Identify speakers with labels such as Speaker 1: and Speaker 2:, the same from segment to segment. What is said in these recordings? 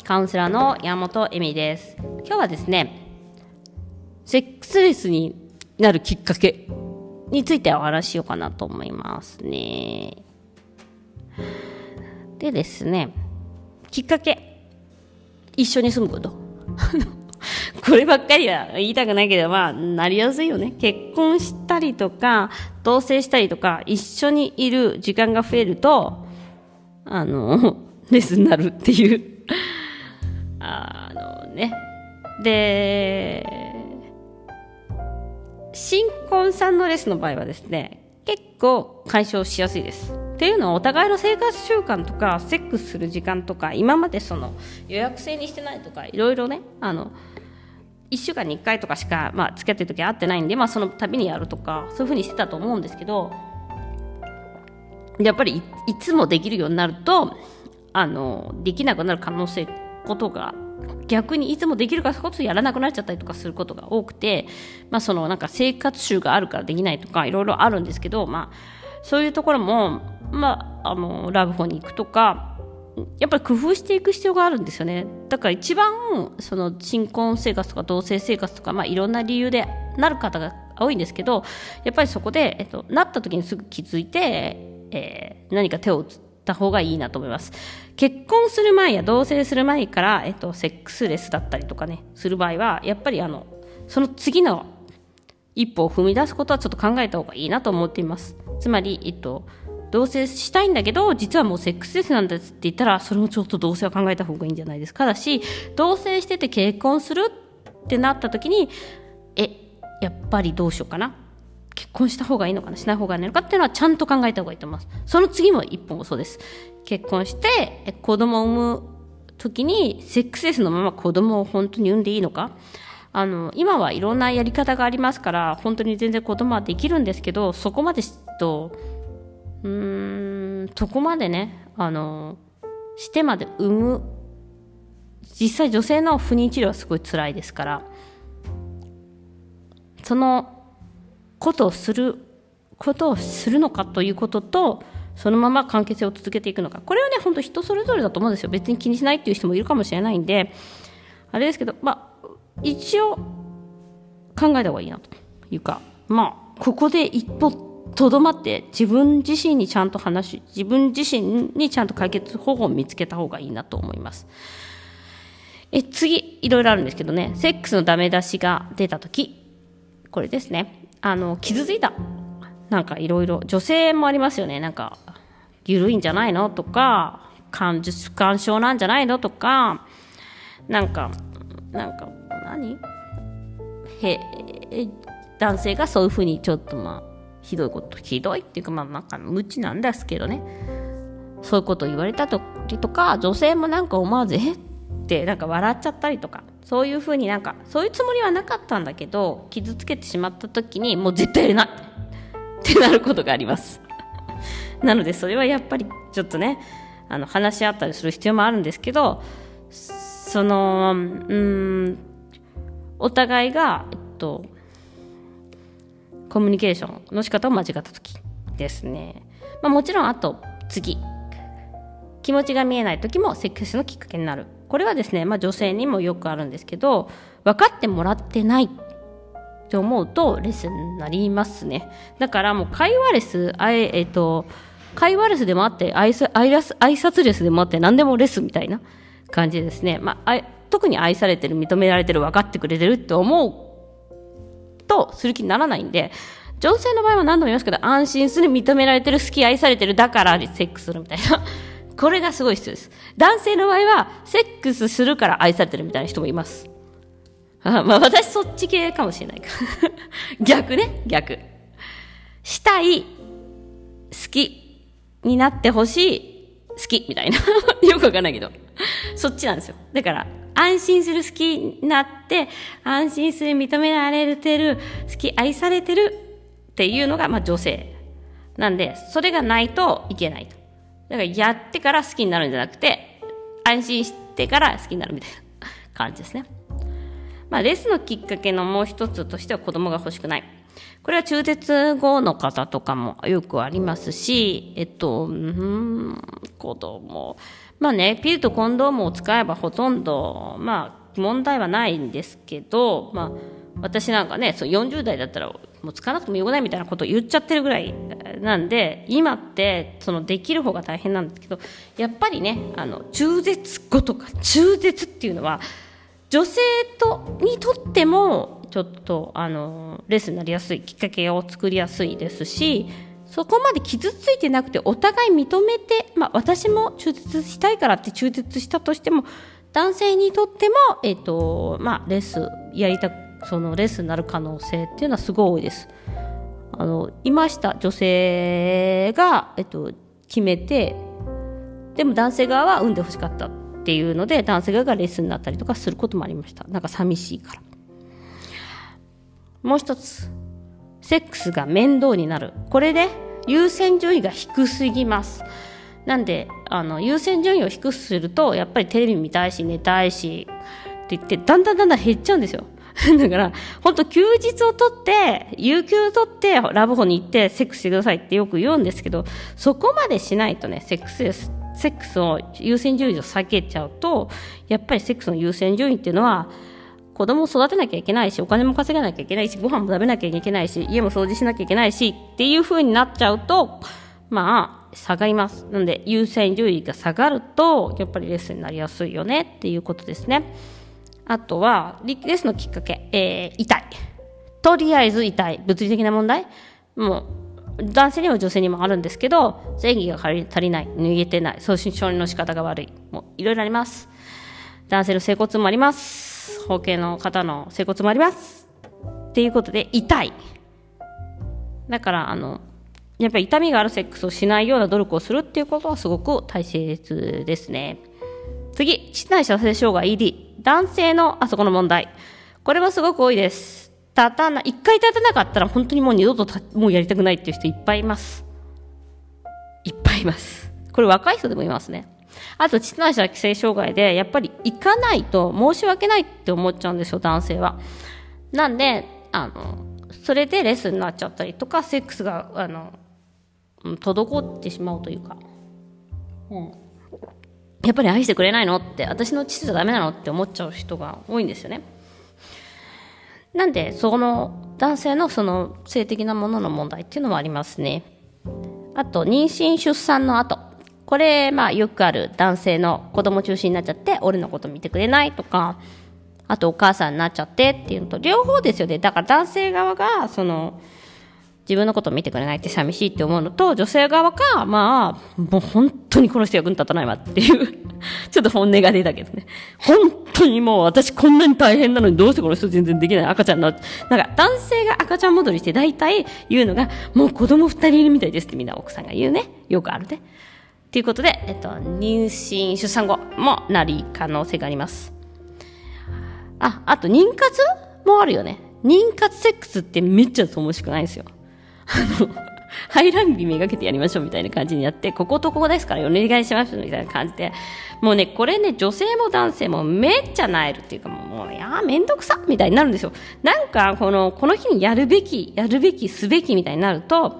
Speaker 1: カウンセラーの山本恵美です。今日はですね、セックスレスになるきっかけについてお話ししようかなと思いますね。でですね、きっかけ、一緒に住むことこればっかりは言いたくないけど、なりやすいよね。結婚したりとか同棲したりとか一緒にいる時間が増えるとレスになるっていうで、新婚さんのレスの場合はですね、結構解消しやすいです。っていうのは、お互いの生活習慣とかセックスする時間とか、今まで予約制にしてないとか、いろいろね、1週間に1回とかしか、付き合ってる時は会ってないんで、その度にやるとか、そういう風にしてたと思うんですけど、やっぱり いつもできるようになるとできなくなる可能性ことが、逆にいつもできるからこそやらなくなっちゃったりとかすることが多くて、なんか生活習があるからできないとかいろいろあるんですけど、そういうところもラブホに行くとか、やっぱり工夫していく必要があるんですよね。だから一番新婚生活とか同棲生活とか、いろんな理由でなる方が多いんですけど、やっぱりそこで、なった時にすぐ気づいて、何か手を打った方がいいなと思います。結婚する前や同棲する前から、セックスレスだったりとかねする場合は、やっぱりその次の一歩を踏み出すことはちょっと考えた方がいいなと思っています。つまり、同棲したいんだけど実はもうセックスレスなんですって言ったら、それもちょっと同棲は考えた方がいいんじゃないですか。だし、同棲してて結婚するってなった時に、やっぱりどうしようかな、結婚した方がいいのかな、しない方がいいのかっていうのはちゃんと考えた方がいいと思います。その次も一歩もそうです。結婚して子供を産む時にセックスレスのまま子供を本当に産んでいいのか。今はいろんなやり方がありますから、本当に全然子供はできるんですけど、そこまでそこまでねしてまで産む、実際女性の不妊治療はすごい辛いですから、そのことをするのかということと、そのまま関係性を続けていくのか、これはね本当人それぞれだと思うんですよ。別に気にしないっていう人もいるかもしれないんであれですけど、一応考えた方がいいなというか、ここで一歩とどまって自分自身にちゃんと自分自身にちゃんと解決方法を見つけた方がいいなと思います。次いろいろあるんですけどね、セックスのダメ出しが出た時、これですね、傷ついた、なんかいろいろ女性もありますよね。なんか緩いんじゃないのとか、感傷なんじゃないのとか、男性がそういうふうにちょっとひどいっていうか、無知なんですけどね、そういうことを言われたりとか、女性も思わずって笑っちゃったりとか、そういうふうにそういうつもりはなかったんだけど傷つけてしまった時に、もう絶対やれないってなることがありますなのでそれはやっぱりちょっとね話し合ったりする必要もあるんですけど、お互いがコミュニケーションの仕方を間違った時ですね。もちろん次気持ちが見えない時もセックスのきっかけになる。これはですね、女性にもよくあるんですけど、分かってもらってないって思うとレスになりますね。だからもう会話レスでもあって、挨拶レスでもあって、何でもレスみたいな感じですね。特に愛されてる、認められてる、分かってくれてるって思うとする気にならないんで、女性の場合は何度も言いますけど、安心する、認められてる、好き、愛されてる、だからセックスするみたいなこれがすごい必要です。男性の場合はセックスするから愛されてるみたいな人もいます。私そっち系かもしれないから逆したい、好きになってほしい、好きみたいなよくわかんないけど、そっちなんですよ。だから安心する、好きになって安心する、認められてる、好き、愛されてるっていうのが女性なんで、それがないといけないと。だからやってから好きになるんじゃなくて、安心してから好きになるみたいな感じですね。レスのきっかけのもう一つとしては、子供が欲しくない。これは中絶後の方とかもよくありますし、子供、 まあね、ピルとコンドームを使えばほとんど、まあ問題はないんですけど、まあ私なんかね、そう40代だったらもう使わなくてもよくないみたいなことを言っちゃってるぐらいなんで、今ってそのできる方が大変なんですけど、やっぱりね、中絶後とか中絶っていうのは女性にとってもちょっとレスになりやすいきっかけを作りやすいですし、そこまで傷ついてなくてお互い認めて、まあ、私も中絶したいからって中絶したとしても男性にとっても、まあ、レスやりたくそのレスになる可能性っていうのはすごい多いです。いました女性が、決めて、でも男性側は産んでほしかったっていうので男性側がレスになったりとかすることもありました。なんか寂しいから。もう一つ、セックスが面倒になる。これで優先順位が低すぎます。なんで優先順位を低くするとやっぱりテレビ見たいし寝たいしって言ってだんだん減っちゃうんですよ。だから本当休日を取って有給を取ってラブホに行ってセックスしてくださいってよく言うんですけど、そこまでしないとね、セックスを優先順位を下げちゃうと、やっぱりセックスの優先順位っていうのは子供を育てなきゃいけないし、お金も稼がなきゃいけないし、ご飯も食べなきゃいけないし、家も掃除しなきゃいけないしっていう風になっちゃうと、まあ下がります。なので優先順位が下がるとやっぱりレスになりやすいよねっていうことですね。あとはレスのきっかけ、痛い、とりあえず痛い、物理的な問題もう男性にも女性にもあるんですけど、前戯が足りない、脱げてない、送信処理の仕方が悪い、もういろいろあります。男性の整骨もあります、包茎の方の整骨もありますっていうことで痛い。だからやっぱり痛みがあるセックスをしないような努力をするっていうことはすごく大切ですね。次、膣内射精障害 ED。男性のあそこの問題。これはすごく多いです。一回立たなかったら本当にもう二度ともうやりたくないっていう人いっぱいいます。いっぱいいます。これ若い人でもいますね。あと、膣内射精障害でやっぱり行かないと申し訳ないって思っちゃうんですよ、男性は。なんで、それでレスになっちゃったりとか、セックスが、滞ってしまうというか、やっぱり愛してくれないのって、私の父じゃダメなのって思っちゃう人が多いんですよね。なんでその男性のその性的なものの問題っていうのもありますね。あと妊娠出産の後、これまあよくある男性の子供中心になっちゃって俺のこと見てくれないとか、あとお母さんになっちゃってっていうのと両方ですよね。だから男性側がその自分のことを見てくれないって寂しいって思うのと、女性側がまあもう本当にこの人役に立たないわっていうちょっと本音が出たけどね、本当にもう私こんなに大変なのにどうしてこの人全然できない、赤ちゃんのなんか男性が赤ちゃん戻りして大体言うのがもう子供2人いるみたいですってみんな奥さんが言うね、よくあるねっていうことで、妊娠出産後もなり可能性があります。あと妊活もあるよね。妊活セックスってめっちゃ楽しくないんですよ。排卵日めがけてやりましょうみたいな感じになって、こことここですからお願いしますみたいな感じで、もうねこれね女性も男性もめっちゃなえるっていうか、もうめんどくさみたいになるんですよ。なんかこの日にやるべきすべきみたいになると、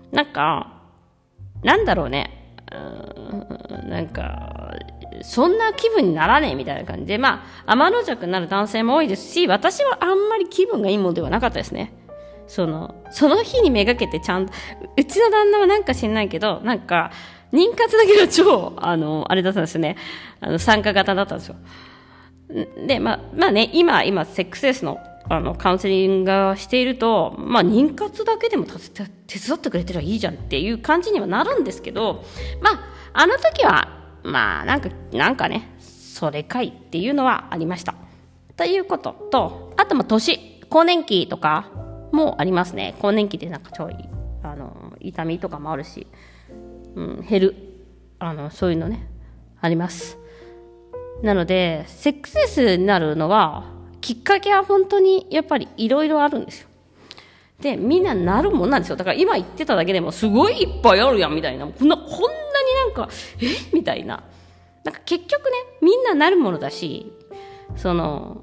Speaker 1: なんだろうね、なんかそんな気分にならねえみたいな感じで、まあ天の弱になる男性も多いですし、私はあんまり気分がいいものではなかったですね。その日にめがけてちゃんと、うちの旦那はなんか知んないけど、なんか妊活だけが超あれだったんですよね。参加型だったんですよ。でまあね、今セックスレスのカウンセリングしていると、まあ妊活だけでも手伝ってくれてりゃいいじゃんっていう感じにはなるんですけど、まああの時はまあなんかねそれかいっていうのはありましたということと、あと更年期とかもありますね。更年期でなんかちょい痛みとかもあるし、減るそういうのねあります。なのでセックスレスになるのはきっかけは本当にやっぱりいろいろあるんですよ。でみんななるもんなんですよ。だから今言ってただけでもすごいいっぱいあるやんみたいな、こんなになんかみたいな、なんか結局ねみんななるものだし、その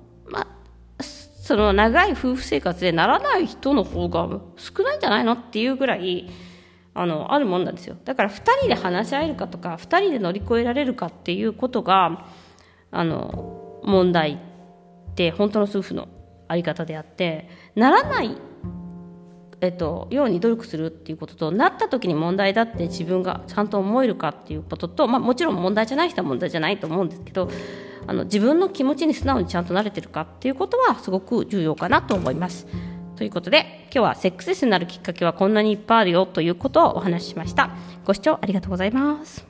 Speaker 1: 長い夫婦生活でならない人の方が少ないんじゃないのっていうぐらいあるもんなんですよ。だから2人で話し合えるかとか2人で乗り越えられるかっていうことが問題って本当の夫婦のあり方であって、ならない、ように努力するっていうことと、なった時に問題だって自分がちゃんと思えるかっていうことと、もちろん問題じゃない人は問題じゃないと思うんですけど、自分の気持ちに素直にちゃんと慣れてるかっていうことはすごく重要かなと思います。ということで、今日はセックスレスになるきっかけはこんなにいっぱいあるよということをお話ししました。ご視聴ありがとうございます。